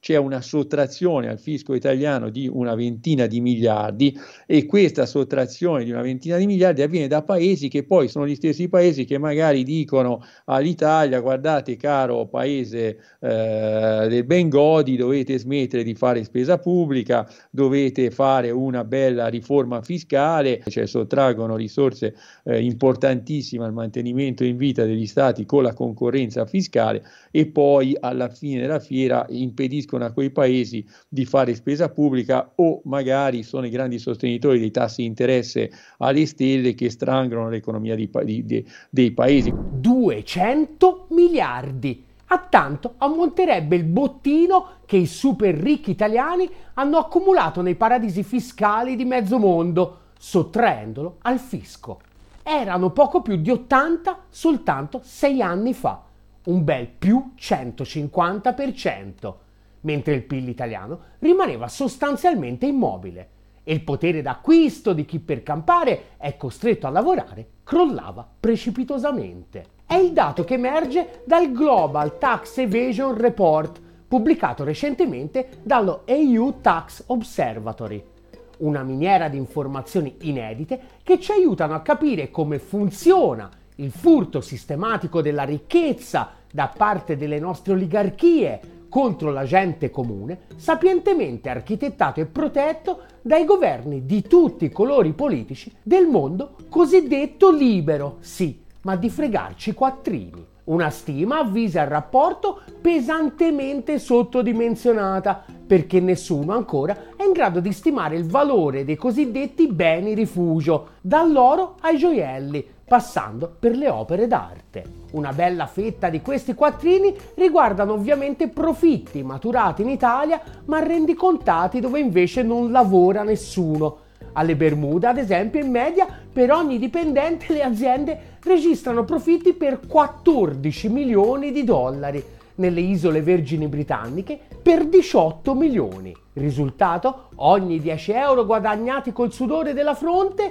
c'è una sottrazione al fisco italiano di una ventina di miliardi, e questa sottrazione di una ventina di miliardi avviene da paesi che poi sono gli stessi paesi che magari dicono all'Italia: guardate caro paese del Bengodi, dovete smettere di fare spesa pubblica, dovete fare una bella riforma fiscale, cioè sottraggono risorse importantissime al mantenimento in vita degli stati con la concorrenza fiscale, e poi alla fine della fiera impediscono a quei paesi di fare spesa pubblica, o magari sono i grandi sostenitori dei tassi di interesse alle stelle che stranglano l'economia dei paesi. 200 miliardi! A tanto ammonterebbe il bottino che i super ricchi italiani hanno accumulato nei paradisi fiscali di mezzo mondo, sottraendolo al fisco. Erano poco più di 80 soltanto 6 anni fa, un bel più 150%, mentre il PIL italiano rimaneva sostanzialmente immobile e il potere d'acquisto di chi per campare è costretto a lavorare crollava precipitosamente. È il dato che emerge dal Global Tax Evasion Report, pubblicato recentemente dallo EU Tax Observatory, una miniera di informazioni inedite che ci aiutano a capire come funziona il furto sistematico della ricchezza da parte delle nostre oligarchie contro la gente comune, sapientemente architettato e protetto dai governi di tutti i colori politici del mondo cosiddetto libero, sì, ma di fregarci quattrini. Una stima avvisa il rapporto pesantemente sottodimensionata, perché nessuno ancora è in grado di stimare il valore dei cosiddetti beni rifugio, dall'oro ai gioielli, passando per le opere d'arte. Una bella fetta di questi quattrini riguardano ovviamente profitti maturati in Italia, ma rendicontati dove invece non lavora nessuno. Alle Bermuda, ad esempio, in media per ogni dipendente le aziende registrano profitti per 14 milioni di dollari, nelle isole Vergini Britanniche per 18 milioni. Risultato? Ogni 10 euro guadagnati col sudore della fronte,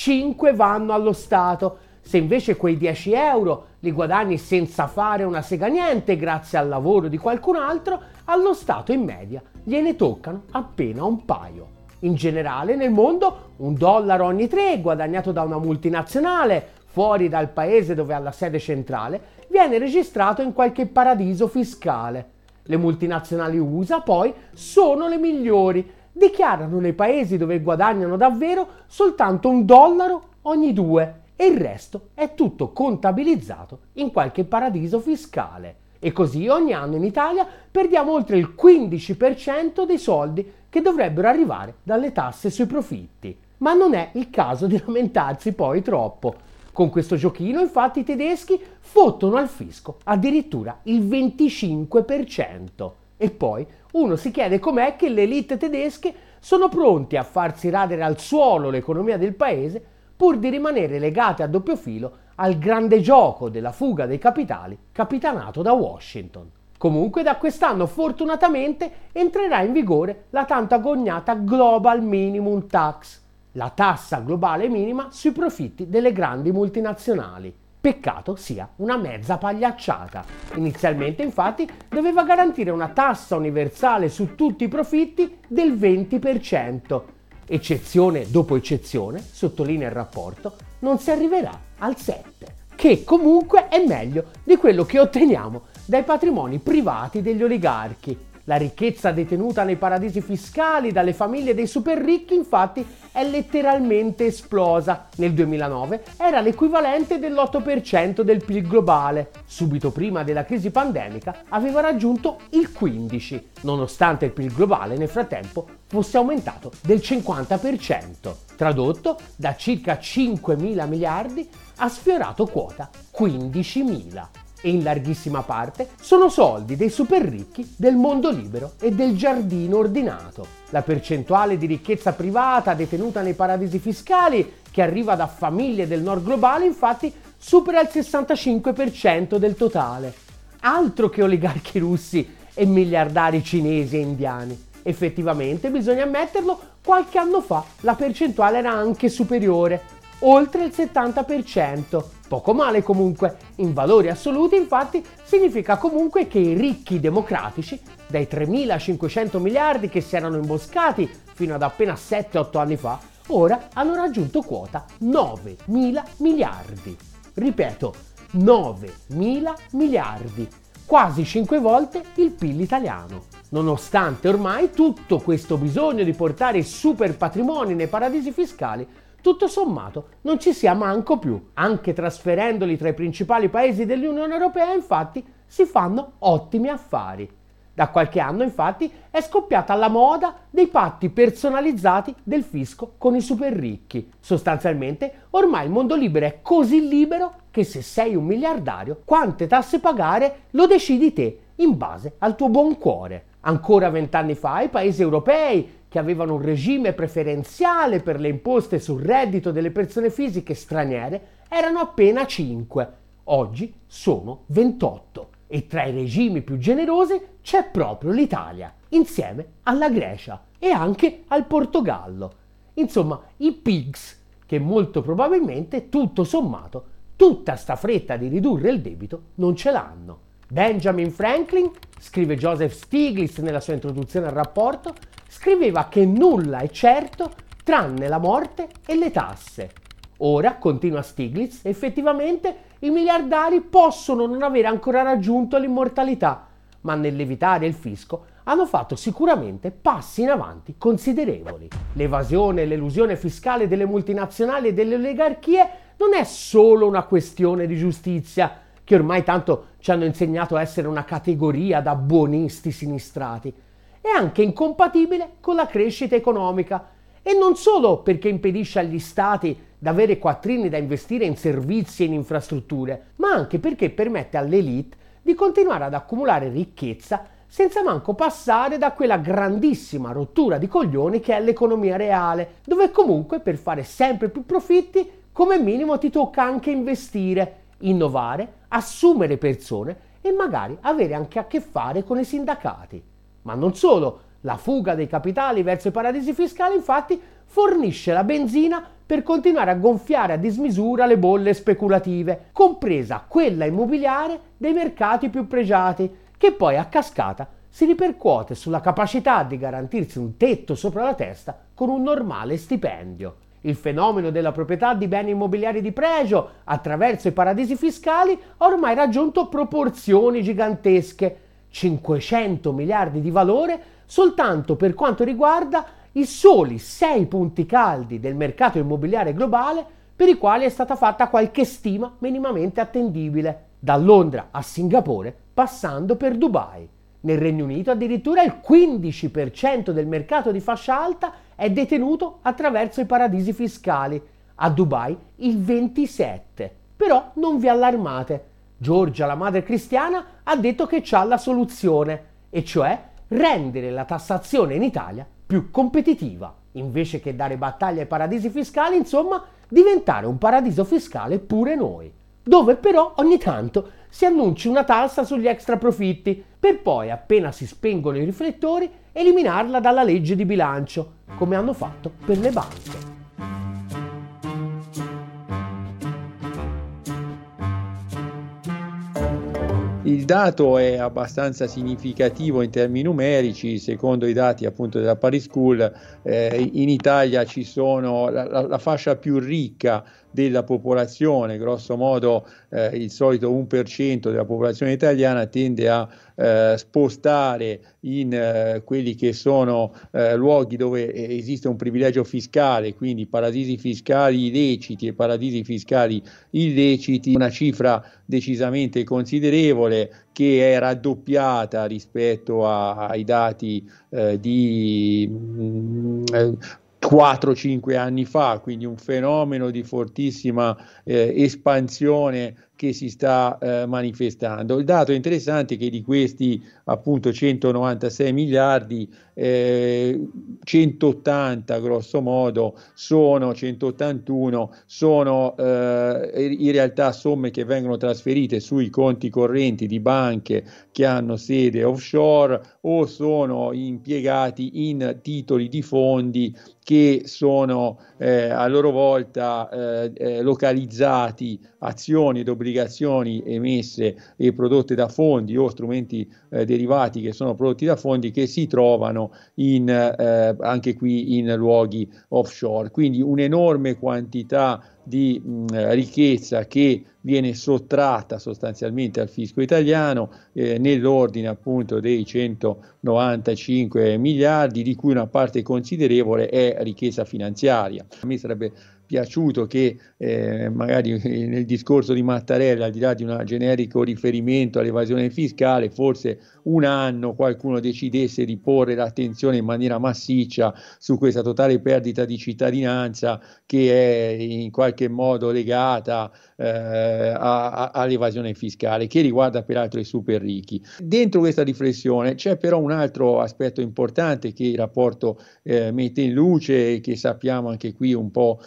5 vanno allo Stato. Se invece quei 10 euro li guadagni senza fare una sega niente grazie al lavoro di qualcun altro, allo Stato in media gliene toccano appena un paio. In generale nel mondo $1 ogni 3 guadagnato da una multinazionale fuori dal paese dove ha la sede centrale viene registrato in qualche paradiso fiscale. Le multinazionali USA poi sono le migliori, dichiarano nei paesi dove guadagnano davvero soltanto $1 ogni 2 e il resto è tutto contabilizzato in qualche paradiso fiscale. E così ogni anno in Italia perdiamo oltre il 15% dei soldi che dovrebbero arrivare dalle tasse sui profitti. Ma non è il caso di lamentarsi poi troppo. Con questo giochino infatti i tedeschi fottono al fisco addirittura il 25%. E poi uno si chiede com'è che le elite tedesche sono pronti a farsi radere al suolo l'economia del paese pur di rimanere legate a doppio filo al grande gioco della fuga dei capitali capitanato da Washington. Comunque da quest'anno fortunatamente entrerà in vigore la tanto agognata Global Minimum Tax, la tassa globale minima sui profitti delle grandi multinazionali. Peccato sia una mezza pagliacciata. Inizialmente infatti doveva garantire una tassa universale su tutti i profitti del 20%. Eccezione dopo eccezione, sottolinea il rapporto, non si arriverà al 7%, che comunque è meglio di quello che otteniamo dai patrimoni privati degli oligarchi. La ricchezza detenuta nei paradisi fiscali dalle famiglie dei super ricchi infatti è letteralmente esplosa. Nel 2009 era l'equivalente dell'8% del PIL globale. Subito prima della crisi pandemica aveva raggiunto il 15%, nonostante il PIL globale nel frattempo fosse aumentato del 50%. Tradotto, da circa 5.000 miliardi ha sfiorato quota 15.000. E in larghissima parte sono soldi dei super ricchi del mondo libero e del giardino ordinato. La percentuale di ricchezza privata detenuta nei paradisi fiscali, che arriva da famiglie del nord globale, infatti supera il 65% del totale. Altro che oligarchi russi e miliardari cinesi e indiani. Effettivamente, bisogna ammetterlo, qualche anno fa la percentuale era anche superiore, oltre il 70%. Poco male comunque, in valori assoluti infatti significa comunque che i ricchi democratici, dai 3.500 miliardi che si erano imboscati fino ad appena 7-8 anni fa, ora hanno raggiunto quota 9.000 miliardi. Ripeto, 9.000 miliardi, quasi 5 volte il PIL italiano. Nonostante ormai tutto questo bisogno di portare i super patrimoni nei paradisi fiscali, tutto sommato non ci sia manco più. Anche trasferendoli tra i principali paesi dell'Unione Europea, infatti, si fanno ottimi affari. Da qualche anno, infatti, è scoppiata la moda dei patti personalizzati del fisco con i super ricchi. Sostanzialmente, ormai il mondo libero è così libero che se sei un miliardario, quante tasse pagare lo decidi te, in base al tuo buon cuore. Ancora 20 anni fa, i paesi europei, che avevano un regime preferenziale per le imposte sul reddito delle persone fisiche straniere, erano appena 5. Oggi sono 28. E tra i regimi più generosi c'è proprio l'Italia, insieme alla Grecia e anche al Portogallo. Insomma, i pigs, che molto probabilmente, tutto sommato, tutta sta fretta di ridurre il debito non ce l'hanno. Benjamin Franklin, scrive Joseph Stiglitz nella sua introduzione al rapporto, scriveva che nulla è certo tranne la morte e le tasse. Ora, continua Stiglitz, effettivamente i miliardari possono non aver ancora raggiunto l'immortalità, ma nell'evitare il fisco hanno fatto sicuramente passi in avanti considerevoli. L'evasione e l'elusione fiscale delle multinazionali e delle oligarchie non è solo una questione di giustizia, che ormai tanto ci hanno insegnato a essere una categoria da buonisti sinistrati. È anche incompatibile con la crescita economica, e non solo perché impedisce agli stati di avere quattrini da investire in servizi e in infrastrutture, ma anche perché permette all'elite di continuare ad accumulare ricchezza senza manco passare da quella grandissima rottura di coglioni che è l'economia reale, dove comunque per fare sempre più profitti come minimo ti tocca anche investire, innovare, assumere persone e magari avere anche a che fare con i sindacati. Ma non solo, la fuga dei capitali verso i paradisi fiscali infatti fornisce la benzina per continuare a gonfiare a dismisura le bolle speculative, compresa quella immobiliare dei mercati più pregiati, che poi a cascata si ripercuote sulla capacità di garantirsi un tetto sopra la testa con un normale stipendio. Il fenomeno della proprietà di beni immobiliari di pregio attraverso i paradisi fiscali ha ormai raggiunto proporzioni gigantesche, 500 miliardi di valore soltanto per quanto riguarda i soli 6 punti caldi del mercato immobiliare globale per i quali è stata fatta qualche stima minimamente attendibile, da Londra a Singapore passando per Dubai. Nel Regno Unito addirittura il 15% del mercato di fascia alta è detenuto attraverso i paradisi fiscali, a Dubai il 27%. Però non vi allarmate, Giorgia, la madre cristiana, ha detto che c'ha la soluzione, e cioè rendere la tassazione in Italia più competitiva. Invece che dare battaglia ai paradisi fiscali, insomma, diventare un paradiso fiscale pure noi, dove però ogni tanto si annunci una tassa sugli extra profitti, per poi, appena si spengono i riflettori, eliminarla dalla legge di bilancio, come hanno fatto per le banche. Il dato è abbastanza significativo in termini numerici. Secondo i dati appunto della Paris School, in Italia ci sono la fascia più ricca della popolazione, grosso modo il solito 1% della popolazione italiana tende a spostare in quelli che sono luoghi dove esiste un privilegio fiscale, quindi paradisi fiscali illeciti e paradisi fiscali illeciti, una cifra decisamente considerevole che è raddoppiata rispetto ai dati di 4-5 anni fa, quindi un fenomeno di fortissima espansione che si sta manifestando. Il dato interessante è che di questi appunto 196 miliardi, 180 grosso modo sono 181 sono in realtà somme che vengono trasferite sui conti correnti di banche che hanno sede offshore o sono impiegati in titoli di fondi che sono a loro volta localizzati, azioni ed obbligazioni emesse e prodotte da fondi o strumenti derivati che sono prodotti da fondi che si trovano anche qui in luoghi offshore. Quindi un'enorme quantità di ricchezza che viene sottratta sostanzialmente al fisco italiano nell'ordine appunto dei 195 miliardi, di cui una parte considerevole è ricchezza finanziaria. A me sarebbe piaciuto che magari nel discorso di Mattarella, al di là di un generico riferimento all'evasione fiscale, forse un anno qualcuno decidesse di porre l'attenzione in maniera massiccia su questa totale perdita di cittadinanza che è in qualche modo legata all'evasione fiscale, che riguarda peraltro i super ricchi. Dentro questa riflessione c'è però un altro aspetto importante che il rapporto mette in luce e che sappiamo anche qui un po'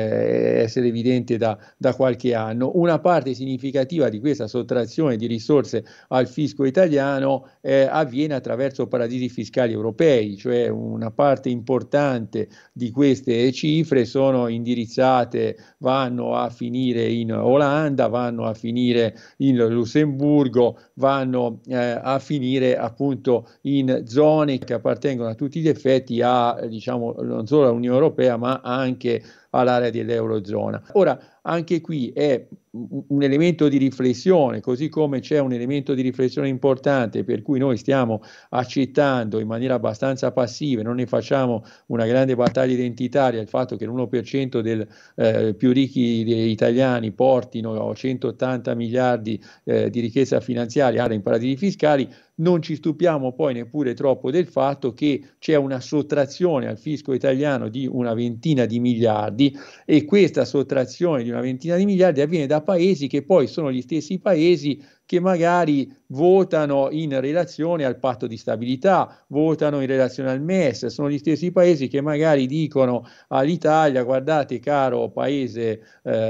essere evidente da qualche anno. Una parte significativa di questa sottrazione di risorse al fisco italiano avviene attraverso paradisi fiscali europei, cioè una parte importante di queste cifre sono indirizzate, vanno a finire in Olanda, vanno a finire in Lussemburgo, vanno a finire appunto in zone che appartengono a tutti gli effetti a, diciamo, non solo all'Unione Europea ma anche all'area dell'Eurozona. Ora, anche qui è un elemento di riflessione, così come c'è un elemento di riflessione importante per cui noi stiamo accettando in maniera abbastanza passiva, non ne facciamo una grande battaglia identitaria, il fatto che l'1% del più ricchi italiani portino 180 miliardi di ricchezza finanziaria in paradisi fiscali. Non ci stupiamo poi neppure troppo del fatto che c'è una sottrazione al fisco italiano di una ventina di miliardi e questa sottrazione di una ventina di miliardi avviene da paesi che poi sono gli stessi paesi che magari votano in relazione al patto di stabilità, votano in relazione al MES, sono gli stessi paesi che magari dicono all'Italia: guardate caro paese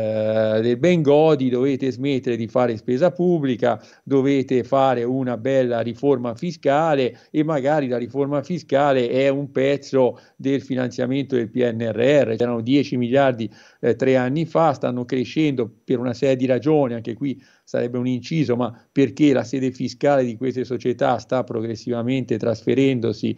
del Bengodi, dovete smettere di fare spesa pubblica, dovete fare una bella riforma fiscale, e magari la riforma fiscale è un pezzo del finanziamento del PNRR. C'erano 10 miliardi 3 anni fa, stanno crescendo per una serie di ragioni, anche qui sarebbe un inciso, ma perché la sede fiscale di queste società sta progressivamente trasferendosi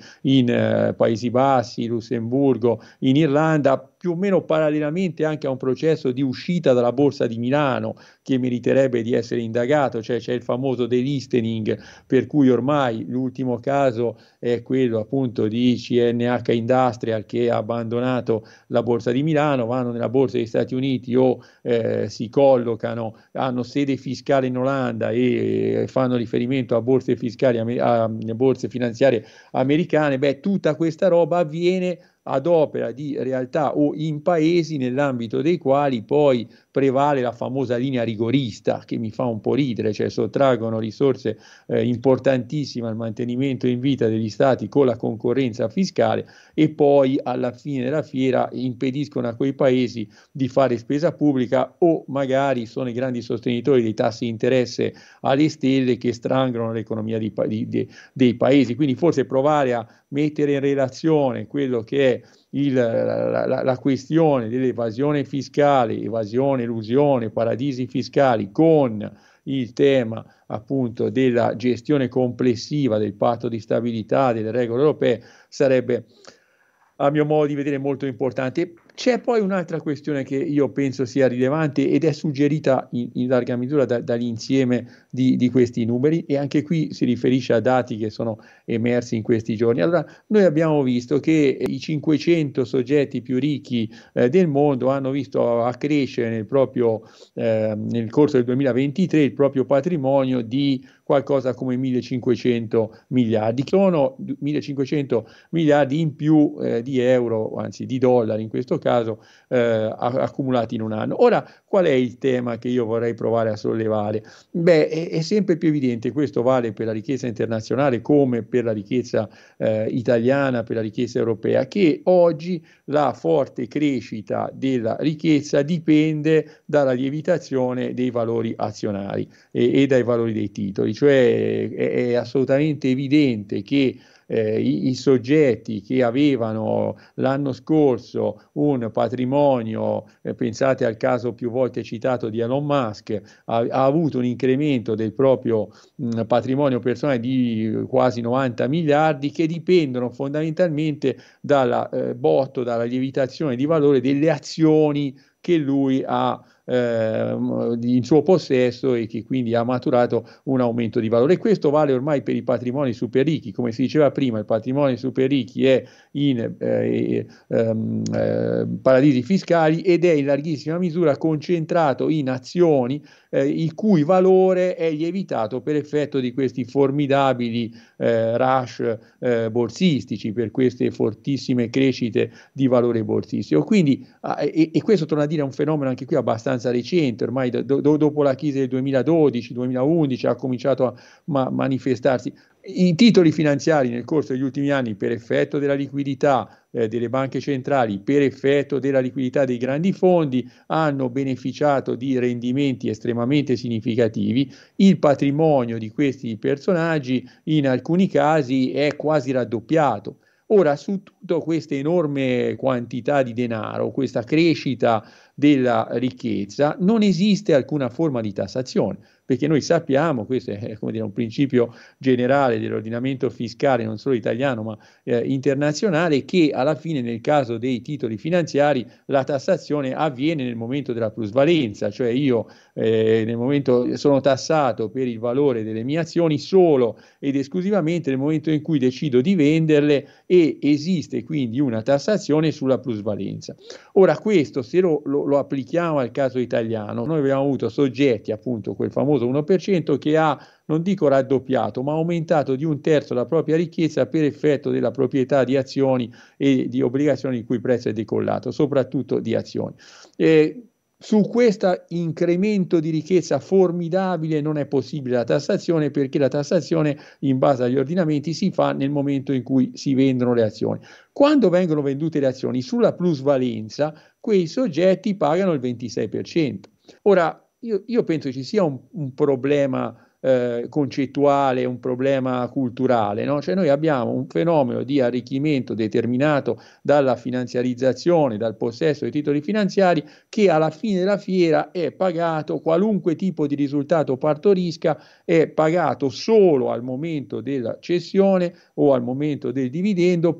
in Paesi Bassi, Lussemburgo, in Irlanda, più o meno parallelamente anche a un processo di uscita dalla Borsa di Milano che meriterebbe di essere indagato, cioè c'è il famoso delistening, per cui ormai l'ultimo caso è quello appunto di CNH Industrial, che ha abbandonato la Borsa di Milano, vanno nella Borsa degli Stati Uniti o si collocano, hanno sede fiscale in Olanda e fanno riferimento a borse fiscali, a borse finanziarie americane. Beh, tutta questa roba avviene ad opera di realtà o in paesi nell'ambito dei quali poi prevale la famosa linea rigorista, che mi fa un po' ridere, cioè sottraggono risorse importantissime al mantenimento in vita degli stati con la concorrenza fiscale e poi alla fine della fiera impediscono a quei paesi di fare spesa pubblica, o magari sono i grandi sostenitori dei tassi di interesse alle stelle che stranglano l'economia dei paesi. Quindi forse provare a mettere in relazione quello che è la questione dell'evasione fiscale, evasione, elusione, paradisi fiscali, con il tema appunto della gestione complessiva del patto di stabilità, delle regole europee, sarebbe, a mio modo di vedere, molto importante. C'è poi un'altra questione che io penso sia rilevante ed è suggerita in larga misura dall'insieme di questi numeri, e anche qui si riferisce a dati che sono emersi in questi giorni. Allora, noi abbiamo visto che i 500 soggetti più ricchi del mondo hanno visto accrescere nel corso del 2023 il proprio patrimonio di qualcosa come 1500 miliardi, che sono 1500 miliardi in più di euro, anzi di dollari in questo caso, accumulati in un anno. Ora, qual è il tema che io vorrei provare a sollevare? Beh, è sempre più evidente, questo vale per la ricchezza internazionale come per la ricchezza italiana, per la ricchezza europea, che oggi la forte crescita della ricchezza dipende dalla lievitazione dei valori azionari e dai valori dei titoli, cioè è assolutamente evidente che i soggetti che avevano l'anno scorso un patrimonio, pensate al caso più volte citato di Elon Musk, ha avuto un incremento del proprio patrimonio personale di quasi 90 miliardi che dipendono fondamentalmente dalla botto, dalla lievitazione di valore delle azioni che lui ha in suo possesso e che quindi ha maturato un aumento di valore. E questo vale ormai per i patrimoni super ricchi. Come si diceva prima, il patrimonio super ricchi è in paradisi fiscali ed è in larghissima misura concentrato in azioni il cui valore è lievitato per effetto di questi formidabili rush borsistici, per queste fortissime crescite di valore borsistico. Quindi, e questo torna a dire è un fenomeno anche qui abbastanza recente, ormai dopo la crisi del 2012-2011 ha cominciato a manifestarsi. I titoli finanziari nel corso degli ultimi anni, per effetto della liquidità delle banche centrali, per effetto della liquidità dei grandi fondi, hanno beneficiato di rendimenti estremamente significativi. Il patrimonio di questi personaggi in alcuni casi è quasi raddoppiato. Ora, su tutta questa enorme quantità di denaro, questa crescita della ricchezza, non esiste alcuna forma di tassazione, perché noi sappiamo, questo è come dire, un principio generale dell'ordinamento fiscale, non solo italiano ma internazionale, che alla fine nel caso dei titoli finanziari la tassazione avviene nel momento della plusvalenza, cioè io nel momento sono tassato per il valore delle mie azioni solo ed esclusivamente nel momento in cui decido di venderle e esiste quindi una tassazione sulla plusvalenza. Ora questo se lo applichiamo al caso italiano, noi abbiamo avuto soggetti, appunto quel famoso 1% che ha, non dico raddoppiato, ma aumentato di un terzo la propria ricchezza per effetto della proprietà di azioni e di obbligazioni il cui prezzo è decollato, soprattutto di azioni. Su questo incremento di ricchezza formidabile non è possibile la tassazione, perché la tassazione in base agli ordinamenti si fa nel momento in cui si vendono le azioni. Quando vengono vendute le azioni sulla plusvalenza, quei soggetti pagano il 26%. Ora, io penso ci sia un problema concettuale, un problema culturale, no? Cioè noi abbiamo un fenomeno di arricchimento determinato dalla finanziarizzazione, dal possesso dei titoli finanziari, che alla fine della fiera è pagato, qualunque tipo di risultato partorisca, è pagato solo al momento della cessione o al momento del dividendo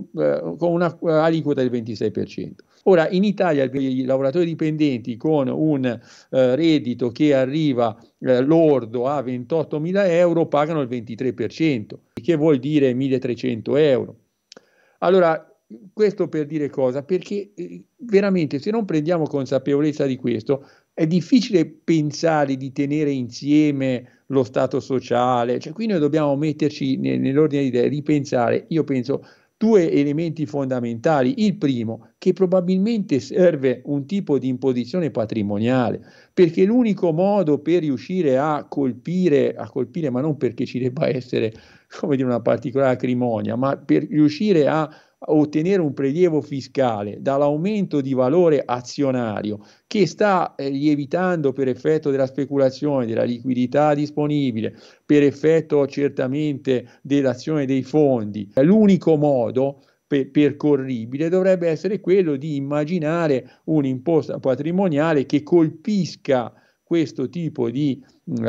con una aliquota del 26%. Ora, in Italia i lavoratori dipendenti con un reddito che arriva lordo a 28.000 euro pagano il 23%, che vuol dire 1.300 euro. Allora, questo per dire cosa? Perché veramente se non prendiamo consapevolezza di questo, è difficile pensare di tenere insieme lo Stato sociale, cioè qui noi dobbiamo metterci nell'ordine di idee, ripensare, io penso, due elementi fondamentali. Il primo, che probabilmente serve un tipo di imposizione patrimoniale, perché l'unico modo per riuscire a colpire, ma non perché ci debba essere, come dire, una particolare acrimonia, ma per riuscire a ottenere un prelievo fiscale dall'aumento di valore azionario che sta lievitando per effetto della speculazione, della liquidità disponibile, per effetto certamente dell'azione dei fondi. L'unico modo percorribile dovrebbe essere quello di immaginare un'imposta patrimoniale che colpisca questo tipo di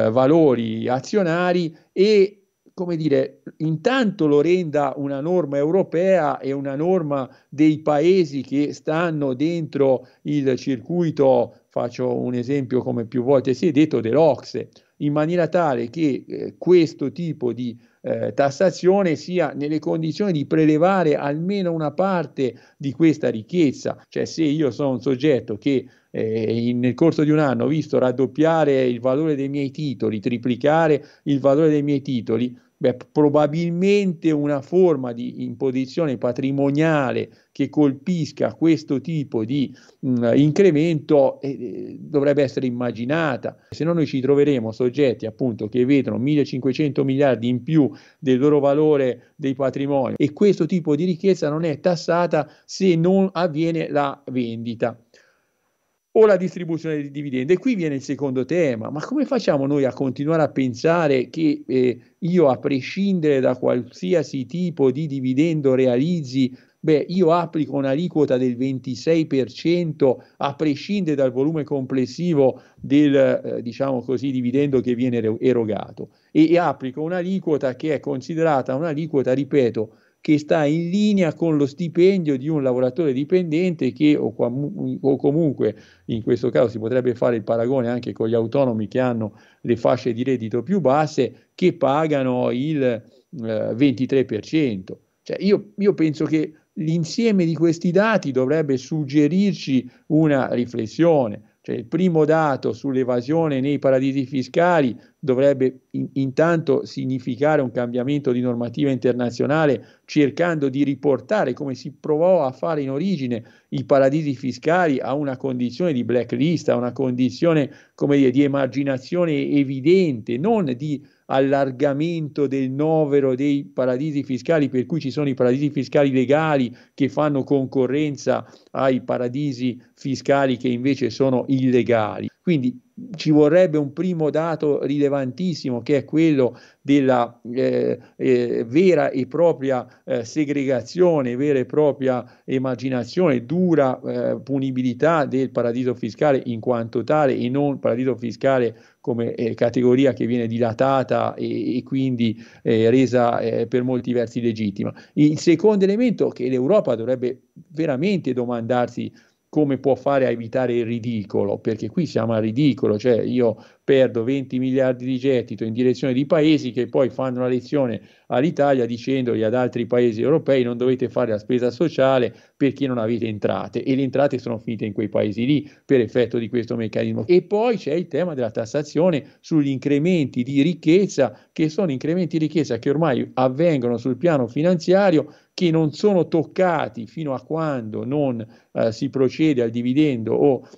valori azionari e, come dire, intanto lo renda una norma europea e una norma dei paesi che stanno dentro il circuito, faccio un esempio come più volte si è detto, dell'OCSE, in maniera tale che questo tipo di tassazione sia nelle condizioni di prelevare almeno una parte di questa ricchezza. Cioè, se io sono un soggetto che nel corso di un anno ho visto raddoppiare il valore dei miei titoli, triplicare il valore dei miei titoli, probabilmente una forma di imposizione patrimoniale che colpisca questo tipo di incremento dovrebbe essere immaginata. Se no noi ci troveremo soggetti appunto che vedono 1.500 miliardi in più del loro valore dei patrimoni, e questo tipo di ricchezza non è tassata se non avviene la vendita o la distribuzione di dividendi. E qui viene il secondo tema: ma come facciamo noi a continuare a pensare che io, a prescindere da qualsiasi tipo di dividendo realizzi, io applico un'aliquota del 26% a prescindere dal volume complessivo del, diciamo così, dividendo che viene erogato, e applico un'aliquota che è considerata un'aliquota, ripeto, che sta in linea con lo stipendio di un lavoratore dipendente che, o comunque in questo caso si potrebbe fare il paragone anche con gli autonomi che hanno le fasce di reddito più basse, che pagano il 23%. Cioè io penso che l'insieme di questi dati dovrebbe suggerirci una riflessione. Cioè, il primo dato sull'evasione nei paradisi fiscali dovrebbe intanto significare un cambiamento di normativa internazionale, cercando di riportare, come si provò a fare in origine, i paradisi fiscali a una condizione di blacklist, a una condizione, come dire, di emarginazione evidente, non di allargamento del novero dei paradisi fiscali, per cui ci sono i paradisi fiscali legali che fanno concorrenza ai paradisi fiscali che invece sono illegali. Quindi ci vorrebbe un primo dato rilevantissimo, che è quello della vera e propria segregazione, vera e propria emarginazione, dura punibilità del paradiso fiscale in quanto tale, e non paradiso fiscale come categoria che viene dilatata e quindi resa per molti versi legittima. Il secondo elemento che l'Europa dovrebbe veramente domandarsi: come può fare a evitare il ridicolo? Perché qui siamo al ridicolo, cioè io perdo 20 miliardi di gettito in direzione di paesi che poi fanno una lezione all'Italia dicendogli ad altri paesi europei: non dovete fare la spesa sociale perché non avete entrate, e le entrate sono finite in quei paesi lì per effetto di questo meccanismo. E poi c'è il tema della tassazione sugli incrementi di ricchezza, che sono incrementi di ricchezza che ormai avvengono sul piano finanziario, che non sono toccati fino a quando non si procede al dividendo o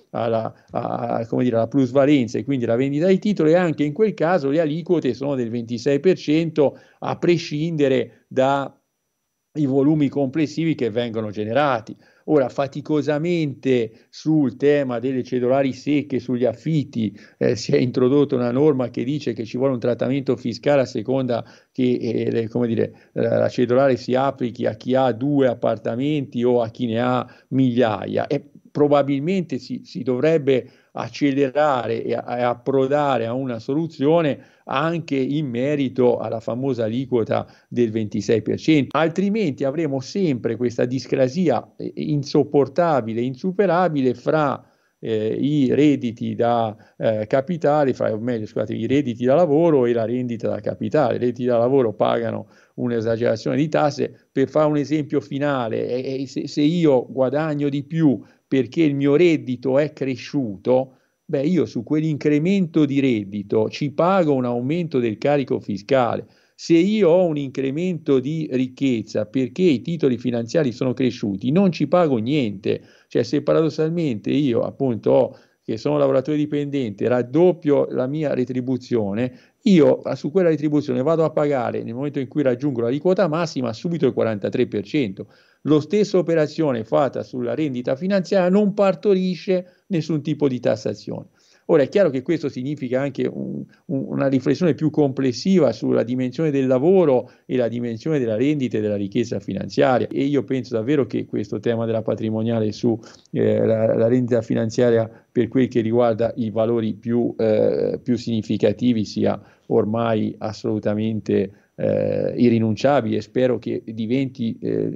alla plusvalenza, e quindi la vendita dei titoli, e anche in quel caso le aliquote sono del 26%, a prescindere dai volumi complessivi che vengono generati. Ora, faticosamente sul tema delle cedolari secche sugli affitti si è introdotta una norma che dice che ci vuole un trattamento fiscale a seconda che la cedolare si applichi a chi ha 2 appartamenti o a chi ne ha migliaia, e probabilmente si dovrebbe accelerare e approdare a una soluzione anche in merito alla famosa aliquota del 26%, altrimenti avremo sempre questa discrasia insopportabile, insuperabile fra i redditi da capitale, i redditi da lavoro e la rendita da capitale. I redditi da lavoro pagano un'esagerazione di tasse. Per fare un esempio finale, se io guadagno di più perché il mio reddito è cresciuto, io su quell'incremento di reddito ci pago un aumento del carico fiscale. Se io ho un incremento di ricchezza perché i titoli finanziari sono cresciuti, non ci pago niente. Cioè, se paradossalmente io appunto che sono lavoratore dipendente, raddoppio la mia retribuzione, io su quella retribuzione vado a pagare, nel momento in cui raggiungo l'aliquota massima, subito il 43%. Lo stesso operazione fatta sulla rendita finanziaria non partorisce nessun tipo di tassazione. Ora, è chiaro che questo significa anche una riflessione più complessiva sulla dimensione del lavoro e la dimensione della rendita e della ricchezza finanziaria, e io penso davvero che questo tema della patrimoniale su la rendita finanziaria, per quel che riguarda i valori più significativi, sia ormai assolutamente irrinunciabile, e spero che diventi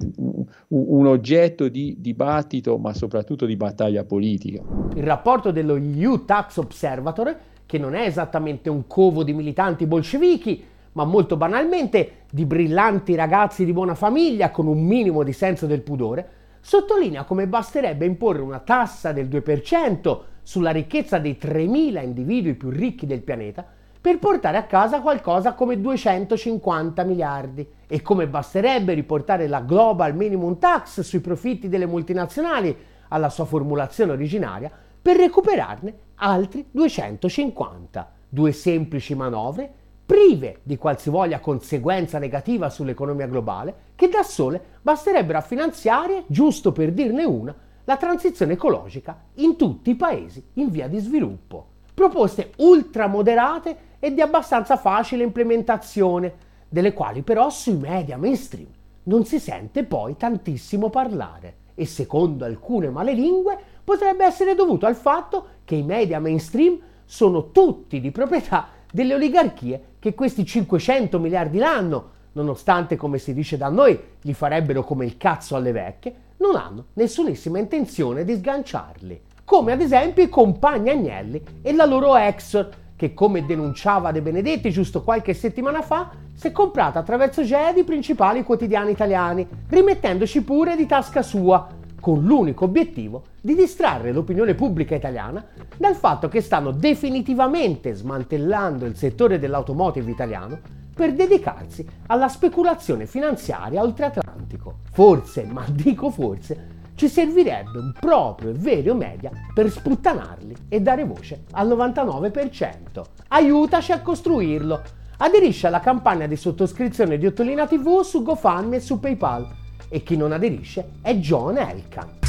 un oggetto di dibattito, ma soprattutto di battaglia politica. Il rapporto dello EU Tax Observatory, che non è esattamente un covo di militanti bolscevichi, ma molto banalmente di brillanti ragazzi di buona famiglia con un minimo di senso del pudore, sottolinea come basterebbe imporre una tassa del 2% sulla ricchezza dei 3.000 individui più ricchi del pianeta per portare a casa qualcosa come 250 miliardi e come basterebbe riportare la Global Minimum Tax sui profitti delle multinazionali alla sua formulazione originaria per recuperarne altri 250. Due semplici manovre prive di qualsivoglia conseguenza negativa sull'economia globale che da sole basterebbero a finanziare, giusto per dirne una, la transizione ecologica in tutti i paesi in via di sviluppo. Proposte ultramoderate e di abbastanza facile implementazione, delle quali però sui media mainstream non si sente poi tantissimo parlare e secondo alcune malelingue potrebbe essere dovuto al fatto che i media mainstream sono tutti di proprietà delle oligarchie che questi 500 miliardi l'anno, nonostante come si dice da noi gli farebbero come il cazzo alle vecchie, non hanno nessunissima intenzione di sganciarli. Come ad esempio i compagni Agnelli e la loro Exor, che come denunciava De Benedetti giusto qualche settimana fa, si è comprata attraverso GED i principali quotidiani italiani, rimettendoci pure di tasca sua, con l'unico obiettivo di distrarre l'opinione pubblica italiana dal fatto che stanno definitivamente smantellando il settore dell'automotive italiano per dedicarsi alla speculazione finanziaria oltreatlantico. Forse, ma dico forse, ci servirebbe un proprio e vero media per sputtanarli e dare voce al 99%. Aiutaci a costruirlo! Aderisci alla campagna di sottoscrizione di Ottolina TV su GoFundMe e su PayPal. E chi non aderisce è John Elkann.